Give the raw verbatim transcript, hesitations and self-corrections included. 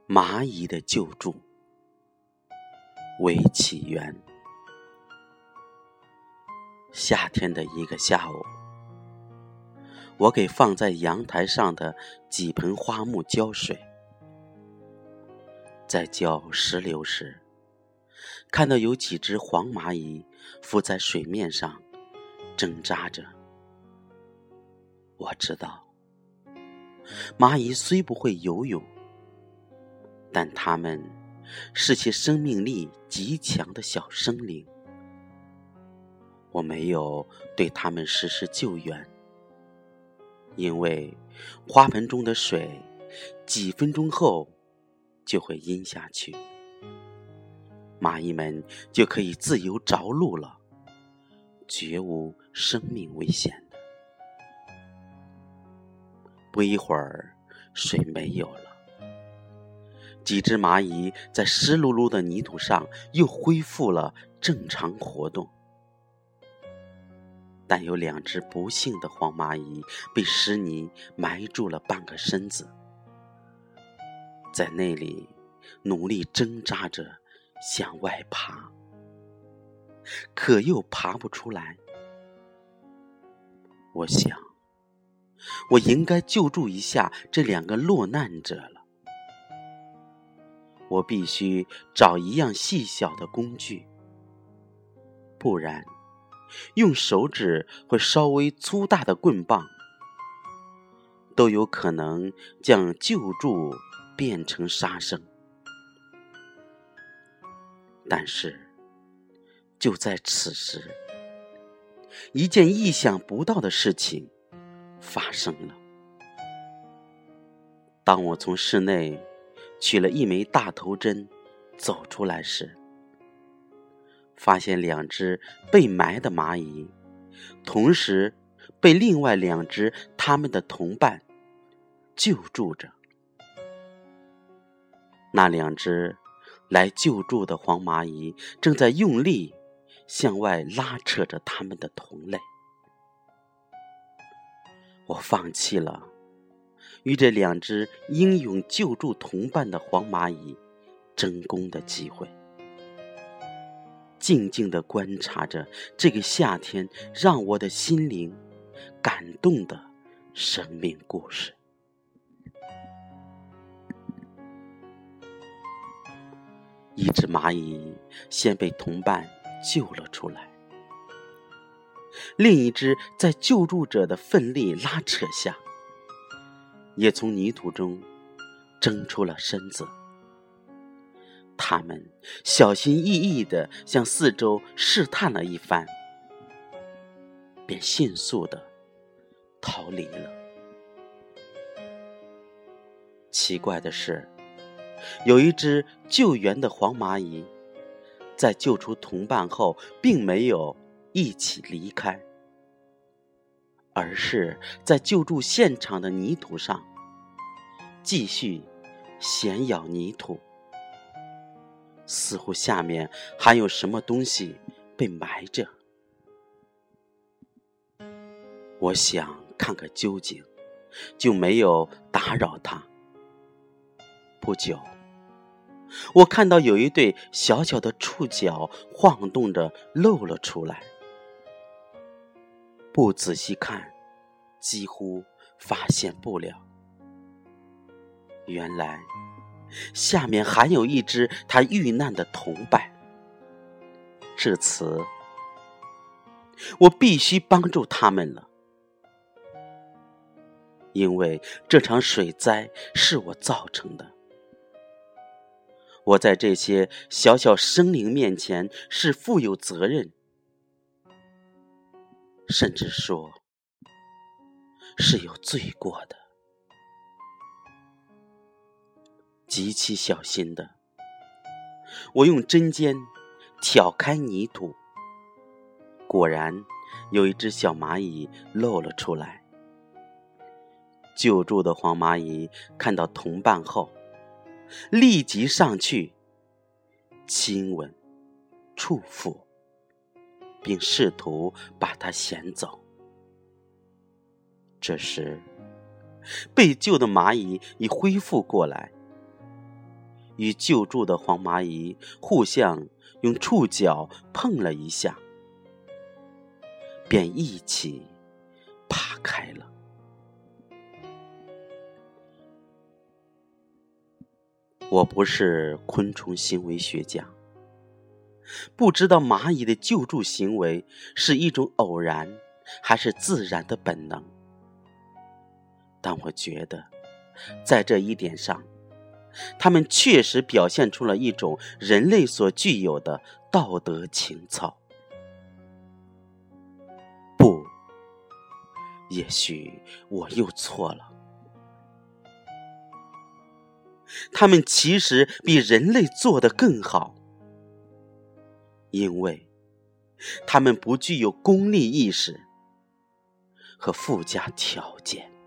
蚂蚁的救助，为起源。夏天的一个下午，我给放在阳台上的几盆花木浇水。在浇石榴时，看到有几只黄蚂蚁浮在水面上挣扎着。我知道，蚂蚁虽不会游泳，但它们是其生命力极强的小生灵。我没有对它们实施救援，因为花盆中的水几分钟后就会阴下去，蚂蚁们就可以自由着陆了，绝无生命危险的。不一会儿，水没有了，几只蚂蚁在湿漉漉的泥土上又恢复了正常活动。但有两只不幸的黄蚂蚁被湿泥埋住了半个身子，在那里努力挣扎着向外爬，可又爬不出来。我想，我应该救助一下这两个落难者了。我必须找一样细小的工具，不然用手指或稍微粗大的棍棒都有可能将救助变成杀生。但是就在此时，一件意想不到的事情发生了。当我从室内取了一枚大头针走出来时，发现两只被埋的蚂蚁同时被另外两只他们的同伴救助着。那两只来救助的黄蚂蚁正在用力向外拉扯着他们的同类。我放弃了与这两只英勇救助同伴的黄蚂蚁争功的机会，静静地观察着这个夏天让我的心灵感动的生命故事。一只蚂蚁先被同伴救了出来，另一只在救助者的奋力拉扯下，也从泥土中挣出了身子。他们小心翼翼地向四周试探了一番，便迅速地逃离了。奇怪的是，有一只救援的黄蚂蚁在救出同伴后并没有一起离开，而是在救助现场的泥土上继续闲咬泥土，似乎下面还有什么东西被埋着。我想看个究竟，就没有打扰他。不久，我看到有一对小小的触角晃动着露了出来，不仔细看几乎发现不了。原来下面还有一只他遇难的同伴。至此，我必须帮助他们了，因为这场水灾是我造成的。我在这些小小生灵面前是负有责任，甚至说是有罪过的。极其小心的，我用针尖挑开泥土，果然有一只小蚂蚁露了出来。救助的黄蚂蚁看到同伴后，立即上去亲吻、触抚，并试图把它衔走。这时，被救的蚂蚁已恢复过来， 与救助的黄蚂蚁互相用触角碰了一下，便一起爬开了。我不是昆虫行为学家，不知道蚂蚁的救助行为是一种偶然还是自然的本能，但我觉得在这一点上，它们确实表现出了一种人类所具有的道德情操。不，也许我又错了，它们其实比人类做得更好，因为它们不具有功利意识和附加条件。